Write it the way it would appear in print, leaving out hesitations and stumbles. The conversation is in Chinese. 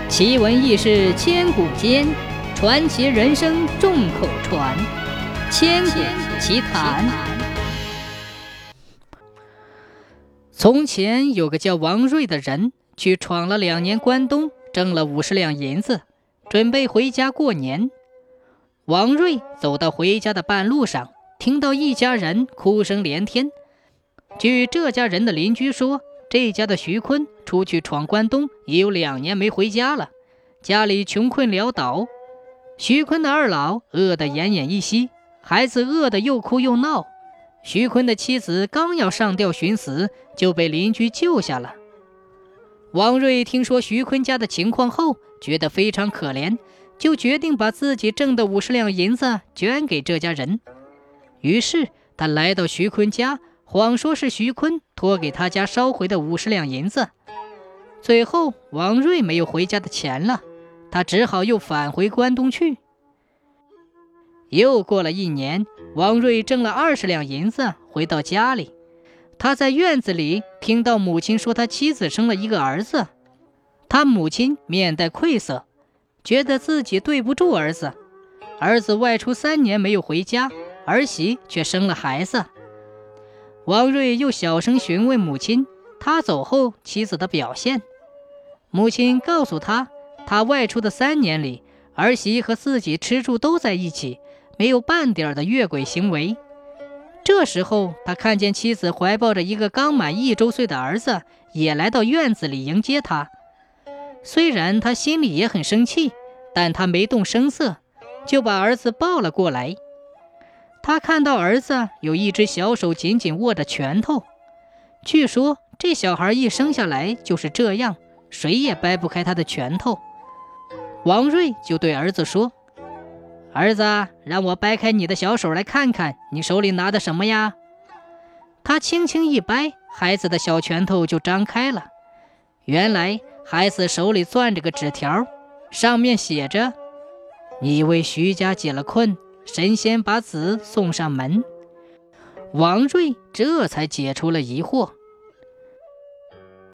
奇闻异事千古间，传奇人生众口传。千古奇谈。从前有个叫王瑞的人，去闯了2年关东，挣了50两银子，准备回家过年。王瑞走到回家的半路上，听到一家人哭声连天。据这家人的邻居说，这家的徐坤出去闯关东也有2年没回家了，家里穷困潦倒。徐坤的二老饿得奄奄一息，孩子饿得又哭又闹。徐坤的妻子刚要上吊寻死，就被邻居救下了。王瑞听说徐坤家的情况后，觉得非常可怜，就决定把自己挣的50两银子捐给这家人。于是他来到徐坤家，谎说是徐坤托给他家捎回的50两银子。最后王瑞没有回家的钱了，他只好又返回关东去。又过了1年，王瑞挣了20两银子，回到家里。他在院子里听到母亲说他妻子生了一个儿子。他母亲面带愧色，觉得自己对不住儿子。儿子外出3年没有回家，儿媳却生了孩子。王瑞又小声询问母亲他走后妻子的表现。母亲告诉他，他外出的3年里，儿媳和自己吃住都在一起，没有半点的越轨行为。这时候他看见妻子怀抱着一个刚满1周岁的儿子，也来到院子里迎接他。虽然他心里也很生气，但他没动声色，就把儿子抱了过来。他看到儿子有一只小手紧紧握着拳头，据说这小孩一生下来就是这样，谁也掰不开他的拳头。王瑞就对儿子说：儿子，让我掰开你的小手来看看，你手里拿的什么呀？他轻轻一掰，孩子的小拳头就张开了。原来孩子手里攥着个纸条，上面写着：你为徐家解了困，神仙把子送上门。王瑞这才解除了疑惑。